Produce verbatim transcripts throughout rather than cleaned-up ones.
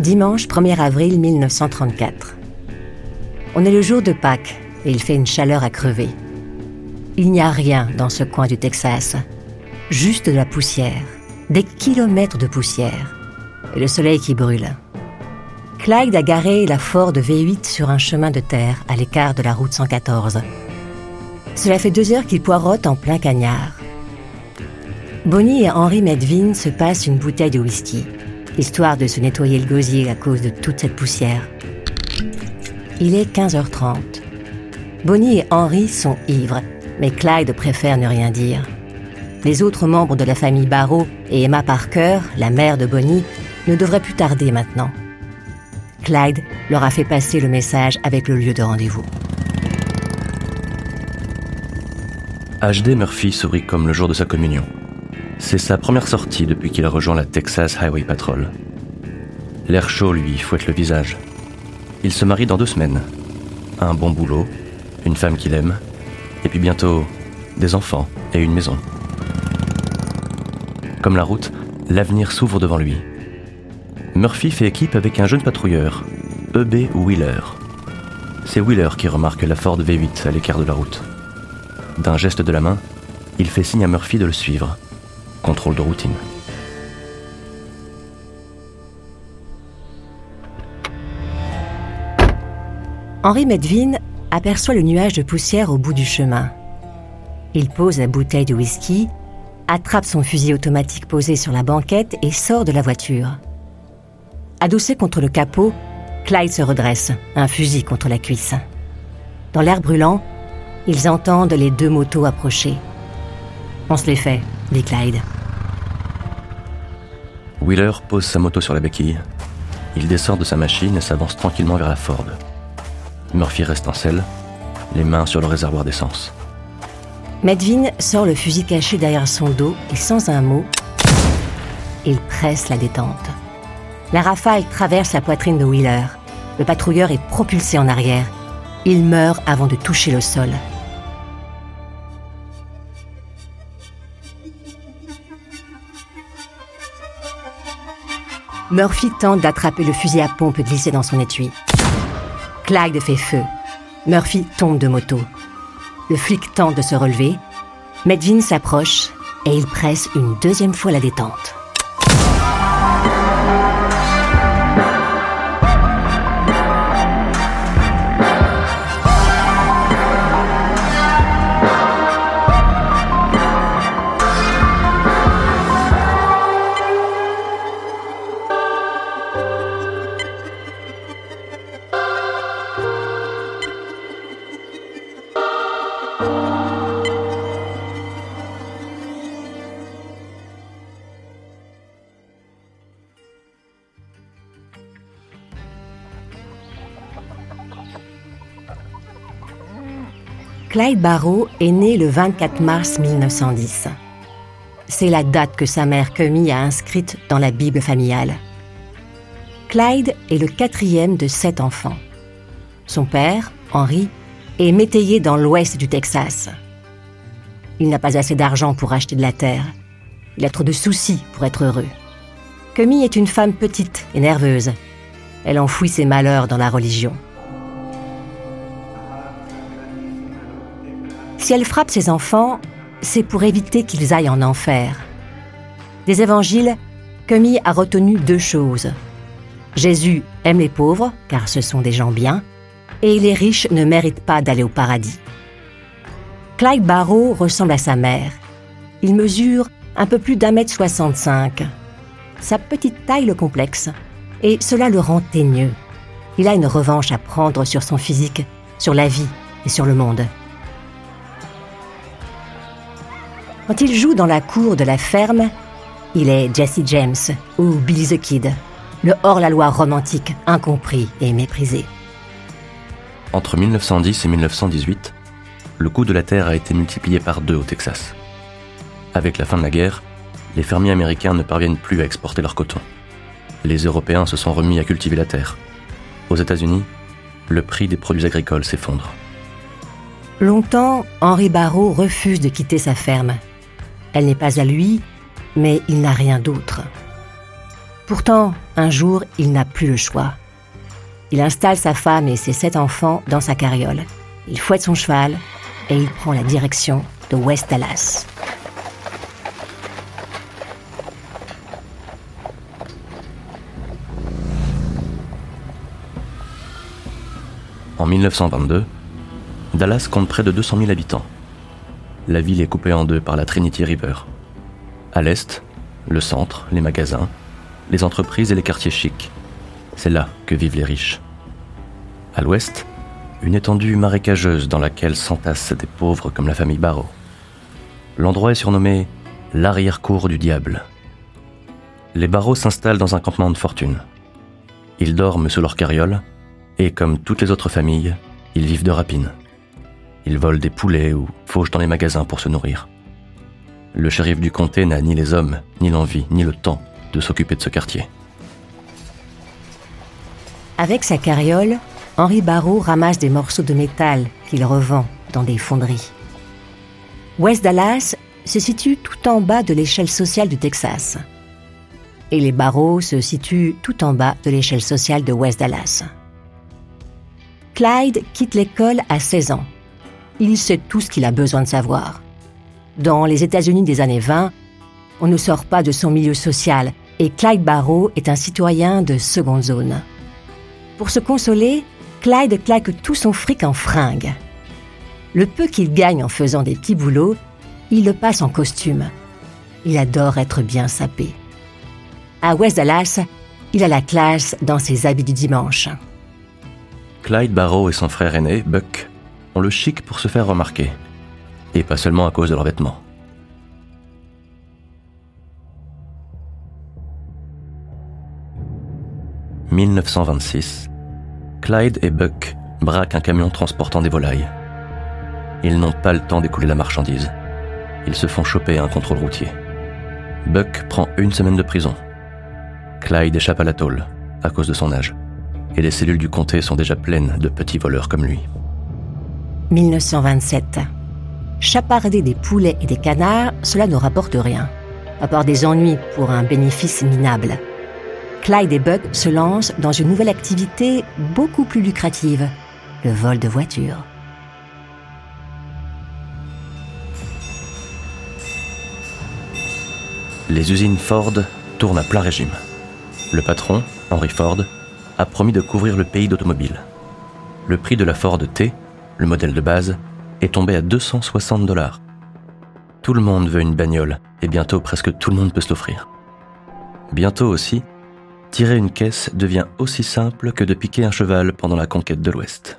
Dimanche premier avril mille neuf cent trente-quatre. On est le jour de Pâques et il fait une chaleur à crever. Il n'y a rien dans ce coin du Texas. Juste de la poussière, des kilomètres de poussière et le soleil qui brûle. Clyde a garé la Ford V huit sur un chemin de terre à l'écart de la route cent quatorze. Cela fait deux heures qu'il poireaute en plein cagnard. Bonnie et Henry Medvin se passent une bouteille de whisky, histoire de se nettoyer le gosier à cause de toute cette poussière. Il est quinze heures trente. Bonnie et Henry sont ivres, mais Clyde préfère ne rien dire. Les autres membres de la famille Barrow et Emma Parker, la mère de Bonnie, ne devraient plus tarder maintenant. Clyde leur a fait passer le message avec le lieu de rendez-vous. H D Murphy sourit comme le jour de sa communion. C'est sa première sortie depuis qu'il a rejoint la Texas Highway Patrol. L'air chaud lui fouette le visage. Il se marie dans deux semaines. Un bon boulot, une femme qu'il aime, et puis bientôt des enfants et une maison. Comme la route, l'avenir s'ouvre devant lui. Murphy fait équipe avec un jeune patrouilleur, E B Wheeler. C'est Wheeler qui remarque la Ford V huit à l'écart de la route. D'un geste de la main, il fait signe à Murphy de le suivre. Contrôle de routine. Henry Medvin aperçoit le nuage de poussière au bout du chemin. Il pose la bouteille de whisky, attrape son fusil automatique posé sur la banquette et sort de la voiture. Adossé contre le capot, Clyde se redresse, un fusil contre la cuisse. Dans l'air brûlant, ils entendent les deux motos approcher. « On se les fait », dit Clyde. Wheeler pose sa moto sur la béquille. Il descend de sa machine et s'avance tranquillement vers la Ford. Murphy reste en selle, les mains sur le réservoir d'essence. Medvin sort le fusil caché derrière son dos et sans un mot, il presse la détente. La rafale traverse la poitrine de Wheeler. Le patrouilleur est propulsé en arrière. Il meurt avant de toucher le sol. Murphy tente d'attraper le fusil à pompe glissé dans son étui. Clyde fait feu. Murphy tombe de moto. Le flic tente de se relever. Medvin s'approche et il presse une deuxième fois la détente. Clyde Barrow est né le vingt-quatre mars mille neuf cent dix. C'est la date que sa mère Cummy a inscrite dans la Bible familiale. Clyde est le quatrième de sept enfants. Son père, Henry, est métayer dans l'ouest du Texas. Il n'a pas assez d'argent pour acheter de la terre. Il a trop de soucis pour être heureux. Cummy est une femme petite et nerveuse. Elle enfouit ses malheurs dans la religion. Si elle frappe ses enfants, c'est pour éviter qu'ils aillent en enfer. Des évangiles, Cummy a retenu deux choses. Jésus aime les pauvres, car ce sont des gens bien, et les riches ne méritent pas d'aller au paradis. Clyde Barrow ressemble à sa mère. Il mesure un peu plus d'un mètre soixante-cinq. Sa petite taille le complexe, et cela le rend teigneux. Il a une revanche à prendre sur son physique, sur la vie et sur le monde. Quand il joue dans la cour de la ferme, il est Jesse James ou Billy the Kid, le hors-la-loi romantique incompris et méprisé. Entre mille neuf cent dix et mille neuf cent dix-huit, le coût de la terre a été multiplié par deux au Texas. Avec la fin de la guerre, les fermiers américains ne parviennent plus à exporter leur coton. Les Européens se sont remis à cultiver la terre. Aux États-Unis, le prix des produits agricoles s'effondre. Longtemps, Henry Barrow refuse de quitter sa ferme. Elle n'est pas à lui, mais il n'a rien d'autre. Pourtant, un jour, il n'a plus le choix. Il installe sa femme et ses sept enfants dans sa carriole. Il fouette son cheval et il prend la direction de West Dallas. En mille neuf cent vingt-deux, Dallas compte près de deux cent mille habitants. La ville est coupée en deux par la Trinity River. À l'est, le centre, les magasins, les entreprises et les quartiers chics. C'est là que vivent les riches. À l'ouest, une étendue marécageuse dans laquelle s'entassent des pauvres comme la famille Barrow. L'endroit est surnommé « l'arrière-cour du diable ». Les Barrow s'installent dans un campement de fortune. Ils dorment sous leur carriole et, comme toutes les autres familles, ils vivent de rapine. Ils volent des poulets ou fauchent dans les magasins pour se nourrir. Le shérif du comté n'a ni les hommes, ni l'envie, ni le temps de s'occuper de ce quartier. Avec sa carriole, Henry Barrow ramasse des morceaux de métal qu'il revend dans des fonderies. West Dallas se situe tout en bas de l'échelle sociale du Texas. Et les Barrow se situent tout en bas de l'échelle sociale de West Dallas. Clyde quitte l'école à seize ans. Il sait tout ce qu'il a besoin de savoir. Dans les États-Unis des années vingt, on ne sort pas de son milieu social et Clyde Barrow est un citoyen de seconde zone. Pour se consoler, Clyde claque tout son fric en fringues. Le peu qu'il gagne en faisant des petits boulots, il le passe en costume. Il adore être bien sapé. À West Dallas, il a la classe dans ses habits du dimanche. Clyde Barrow et son frère aîné, Buck, ont le chic pour se faire remarquer. Et pas seulement à cause de leurs vêtements. mille neuf cent vingt-six, Clyde et Buck braquent un camion transportant des volailles. Ils n'ont pas le temps d'écouler la marchandise. Ils se font choper à un contrôle routier. Buck prend une semaine de prison. Clyde échappe à la tôle, à cause de son âge. Et les cellules du comté sont déjà pleines de petits voleurs comme lui. mille neuf cent vingt-sept. Chaparder des poulets et des canards, cela ne rapporte rien, à part des ennuis pour un bénéfice minable. Clyde et Buck se lancent dans une nouvelle activité beaucoup plus lucrative, le vol de voitures. Les usines Ford tournent à plein régime. Le patron, Henry Ford, a promis de couvrir le pays d'automobiles. Le prix de la Ford T, le modèle de base, est tombé à deux cent soixante dollars. Tout le monde veut une bagnole, et bientôt presque tout le monde peut se l'offrir. Bientôt aussi, tirer une caisse devient aussi simple que de piquer un cheval pendant la conquête de l'Ouest.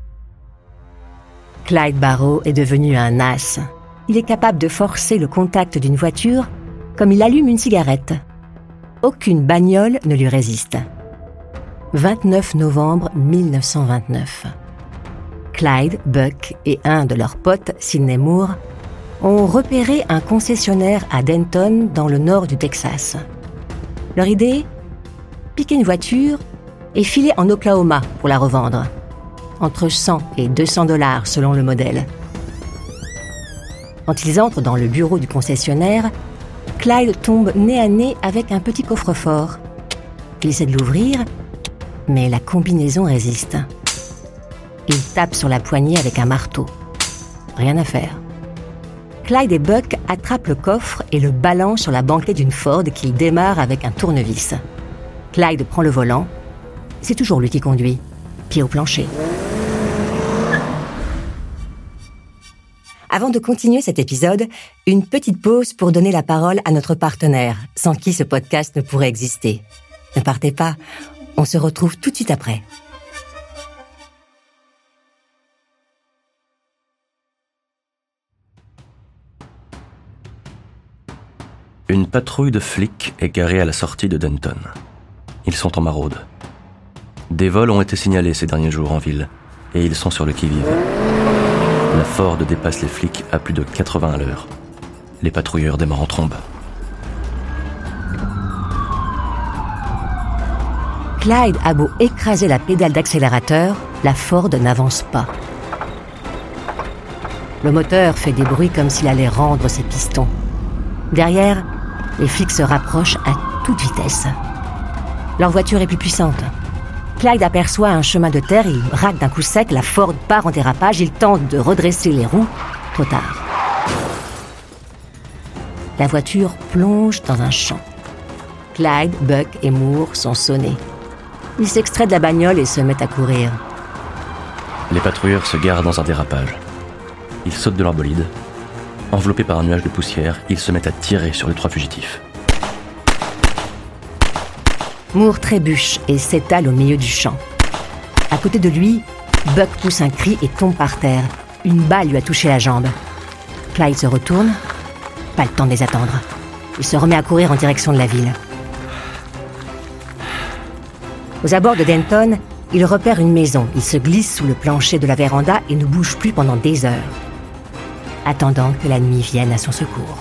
Clyde Barrow est devenu un as. Il est capable de forcer le contact d'une voiture comme il allume une cigarette. Aucune bagnole ne lui résiste. vingt-neuf novembre mille neuf cent vingt-neuf. Clyde, Buck et un de leurs potes, Sidney Moore, ont repéré un concessionnaire à Denton, dans le nord du Texas. Leur idée ? Piquer une voiture et filer en Oklahoma pour la revendre. Entre cent et deux cents dollars selon le modèle. Quand ils entrent dans le bureau du concessionnaire, Clyde tombe nez à nez avec un petit coffre-fort. Il essaie de l'ouvrir, mais la combinaison résiste. Il tape sur la poignée avec un marteau. Rien à faire. Clyde et Buck attrapent le coffre et le balancent sur la banquette d'une Ford qu'il démarre avec un tournevis. Clyde prend le volant. C'est toujours lui qui conduit, pied au plancher. Avant de continuer cet épisode, une petite pause pour donner la parole à notre partenaire, sans qui ce podcast ne pourrait exister. Ne partez pas, on se retrouve tout de suite après. Une patrouille de flics est garée à la sortie de Denton. Ils sont en maraude. Des vols ont été signalés ces derniers jours en ville, et ils sont sur le qui-vive. La Ford dépasse les flics à plus de quatre-vingts à l'heure. Les patrouilleurs démarrent en trombe. Clyde a beau écraser la pédale d'accélérateur, la Ford n'avance pas. Le moteur fait des bruits comme s'il allait rendre ses pistons. Derrière, les flics se rapprochent à toute vitesse. Leur voiture est plus puissante. Clyde aperçoit un chemin de terre, il raque d'un coup sec, la Ford part en dérapage, il tente de redresser les roues. Trop tard. La voiture plonge dans un champ. Clyde, Buck et Moore sont sonnés. Ils s'extraient de la bagnole et se mettent à courir. Les patrouilleurs se garent dans un dérapage. Ils sautent de leur bolide. Enveloppés par un nuage de poussière, ils se mettent à tirer sur les trois fugitifs. Moore trébuche et s'étale au milieu du champ. À côté de lui, Buck pousse un cri et tombe par terre. Une balle lui a touché la jambe. Clyde se retourne. Pas le temps de les attendre. Il se remet à courir en direction de la ville. Aux abords de Denton, il repère une maison. Il se glisse sous le plancher de la véranda et ne bouge plus pendant des heures, attendant que la nuit vienne à son secours.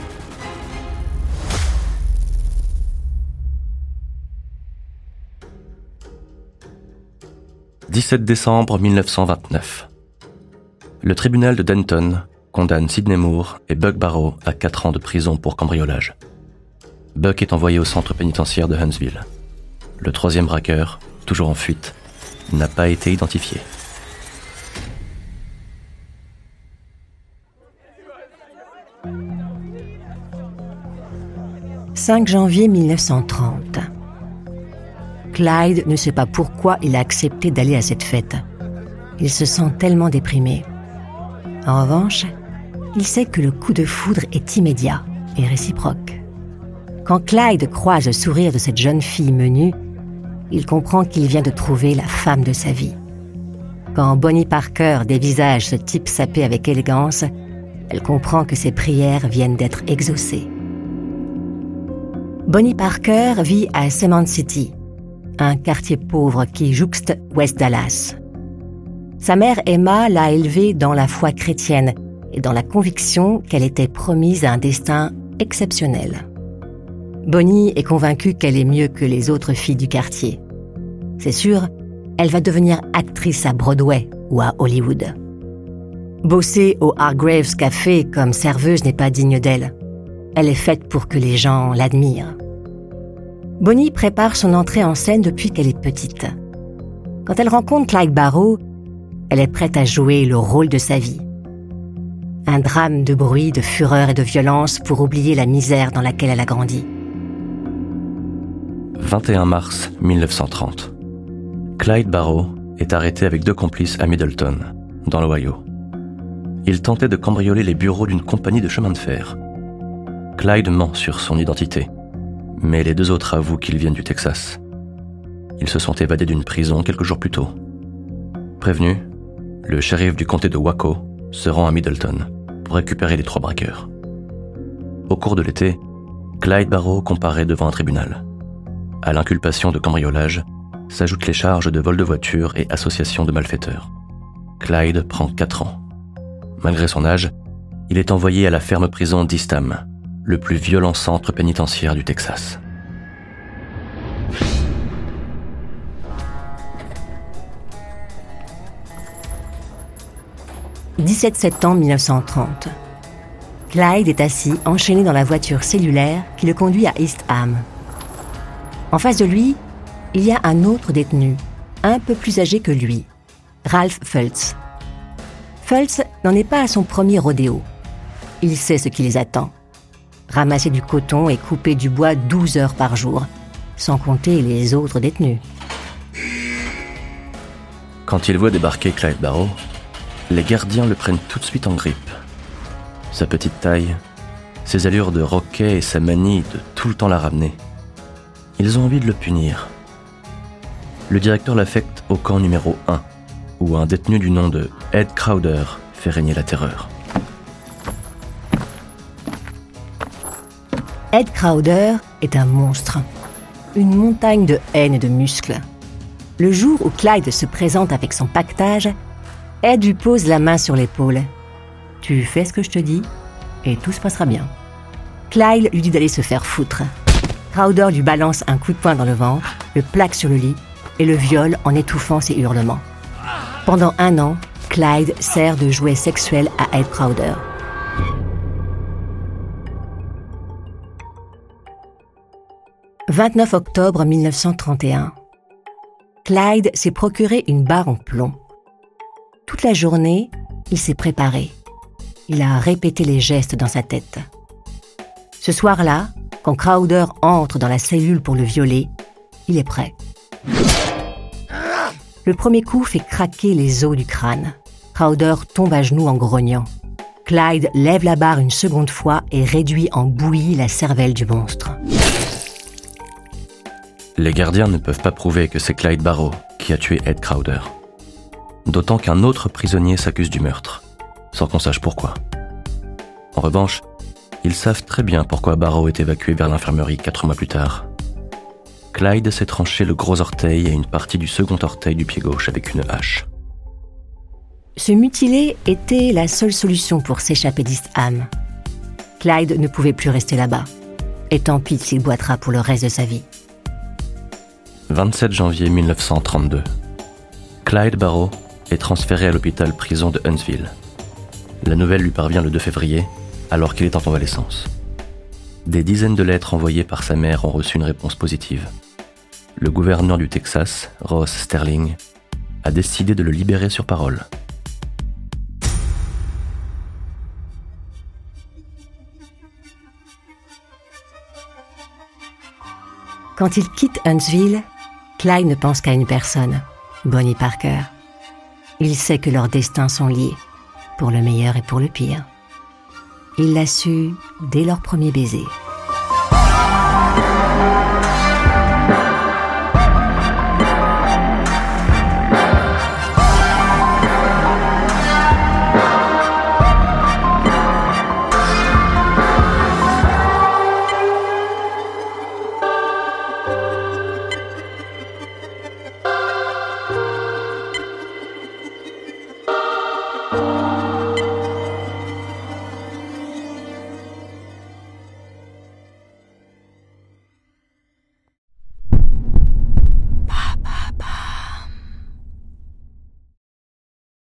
dix-sept décembre mille neuf cent vingt-neuf. Le tribunal de Denton condamne Sidney Moore et Buck Barrow à quatre ans de prison pour cambriolage. Buck est envoyé au centre pénitentiaire de Huntsville. Le troisième braqueur, toujours en fuite, n'a pas été identifié. cinq janvier mille neuf cent trente. Clyde ne sait pas pourquoi il a accepté d'aller à cette fête. Il se sent tellement déprimé. En revanche, il sait que le coup de foudre est immédiat et réciproque. Quand Clyde croise le sourire de cette jeune fille menue, il comprend qu'il vient de trouver la femme de sa vie. Quand Bonnie Parker dévisage ce type sapé avec élégance, elle comprend que ses prières viennent d'être exaucées. Bonnie Parker vit à Cement City, un quartier pauvre qui jouxte West Dallas. Sa mère Emma l'a élevée dans la foi chrétienne et dans la conviction qu'elle était promise à un destin exceptionnel. Bonnie est convaincue qu'elle est mieux que les autres filles du quartier. C'est sûr, elle va devenir actrice à Broadway ou à Hollywood. Bosser au Hargraves Café comme serveuse n'est pas digne d'elle. Elle est faite pour que les gens l'admirent. Bonnie prépare son entrée en scène depuis qu'elle est petite. Quand elle rencontre Clyde Barrow, elle est prête à jouer le rôle de sa vie. Un drame de bruit, de fureur et de violence pour oublier la misère dans laquelle elle a grandi. vingt et un mars mille neuf cent trente. Clyde Barrow est arrêté avec deux complices à Middleton, dans l'Ohio. Il tentait de cambrioler les bureaux d'une compagnie de chemin de fer. Clyde ment sur son identité, mais les deux autres avouent qu'ils viennent du Texas. Ils se sont évadés d'une prison quelques jours plus tôt. Prévenu, le shérif du comté de Waco se rend à Middleton pour récupérer les trois braqueurs. Au cours de l'été, Clyde Barrow comparaît devant un tribunal. À l'inculpation de cambriolage s'ajoutent les charges de vol de voiture et association de malfaiteurs. Clyde prend quatre ans. Malgré son âge, il est envoyé à la ferme prison d'Eastham, le plus violent centre pénitentiaire du Texas. dix-sept septembre mille neuf cent trente. Clyde est assis, enchaîné dans la voiture cellulaire qui le conduit à Eastham. En face de lui, il y a un autre détenu, un peu plus âgé que lui, Ralph Fultz. Fultz n'en est pas à son premier rodéo. Il sait ce qui les attend. Ramasser du coton et couper du bois douze heures par jour, sans compter les autres détenus. Quand il voit débarquer Clyde Barrow, les gardiens le prennent tout de suite en grippe. Sa petite taille, ses allures de roquet et sa manie de tout le temps la ramener. Ils ont envie de le punir. Le directeur l'affecte au camp numéro un, où un détenu du nom de Ed Crowder fait régner la terreur. Ed Crowder est un monstre, une montagne de haine et de muscles. Le jour où Clyde se présente avec son pactage, Ed lui pose la main sur l'épaule. « Tu fais ce que je te dis et tout se passera bien. » Clyde lui dit d'aller se faire foutre. Crowder lui balance un coup de poing dans le ventre, le plaque sur le lit et le viole en étouffant ses hurlements. Pendant un an, Clyde sert de jouet sexuel à Ed Crowder. vingt-neuf octobre mille neuf cent trente et un. Clyde s'est procuré une barre en plomb. Toute la journée, il s'est préparé. Il a répété les gestes dans sa tête. Ce soir-là, quand Crowder entre dans la cellule pour le violer, il est prêt. Le premier coup fait craquer les os du crâne. Crowder tombe à genoux en grognant. Clyde lève la barre une seconde fois et réduit en bouillie la cervelle du monstre. Les gardiens ne peuvent pas prouver que c'est Clyde Barrow qui a tué Ed Crowder. D'autant qu'un autre prisonnier s'accuse du meurtre, sans qu'on sache pourquoi. En revanche, ils savent très bien pourquoi Barrow est évacué vers l'infirmerie quatre mois plus tard. Clyde s'est tranché le gros orteil et une partie du second orteil du pied gauche avec une hache. Se mutiler était la seule solution pour s'échapper d'Eastham. Clyde ne pouvait plus rester là-bas. Et tant pis s'il boitera pour le reste de sa vie. vingt-sept janvier mille neuf cent trente-deux. Clyde Barrow est transféré à l'hôpital-prison de Huntsville. La nouvelle lui parvient le deux février, alors qu'il est en convalescence. Des dizaines de lettres envoyées par sa mère ont reçu une réponse positive. Le gouverneur du Texas, Ross Sterling, a décidé de le libérer sur parole. Quand il quitte Huntsville, Clyde ne pense qu'à une personne, Bonnie Parker. Il sait que leurs destins sont liés, pour le meilleur et pour le pire. Il l'a su dès leur premier baiser.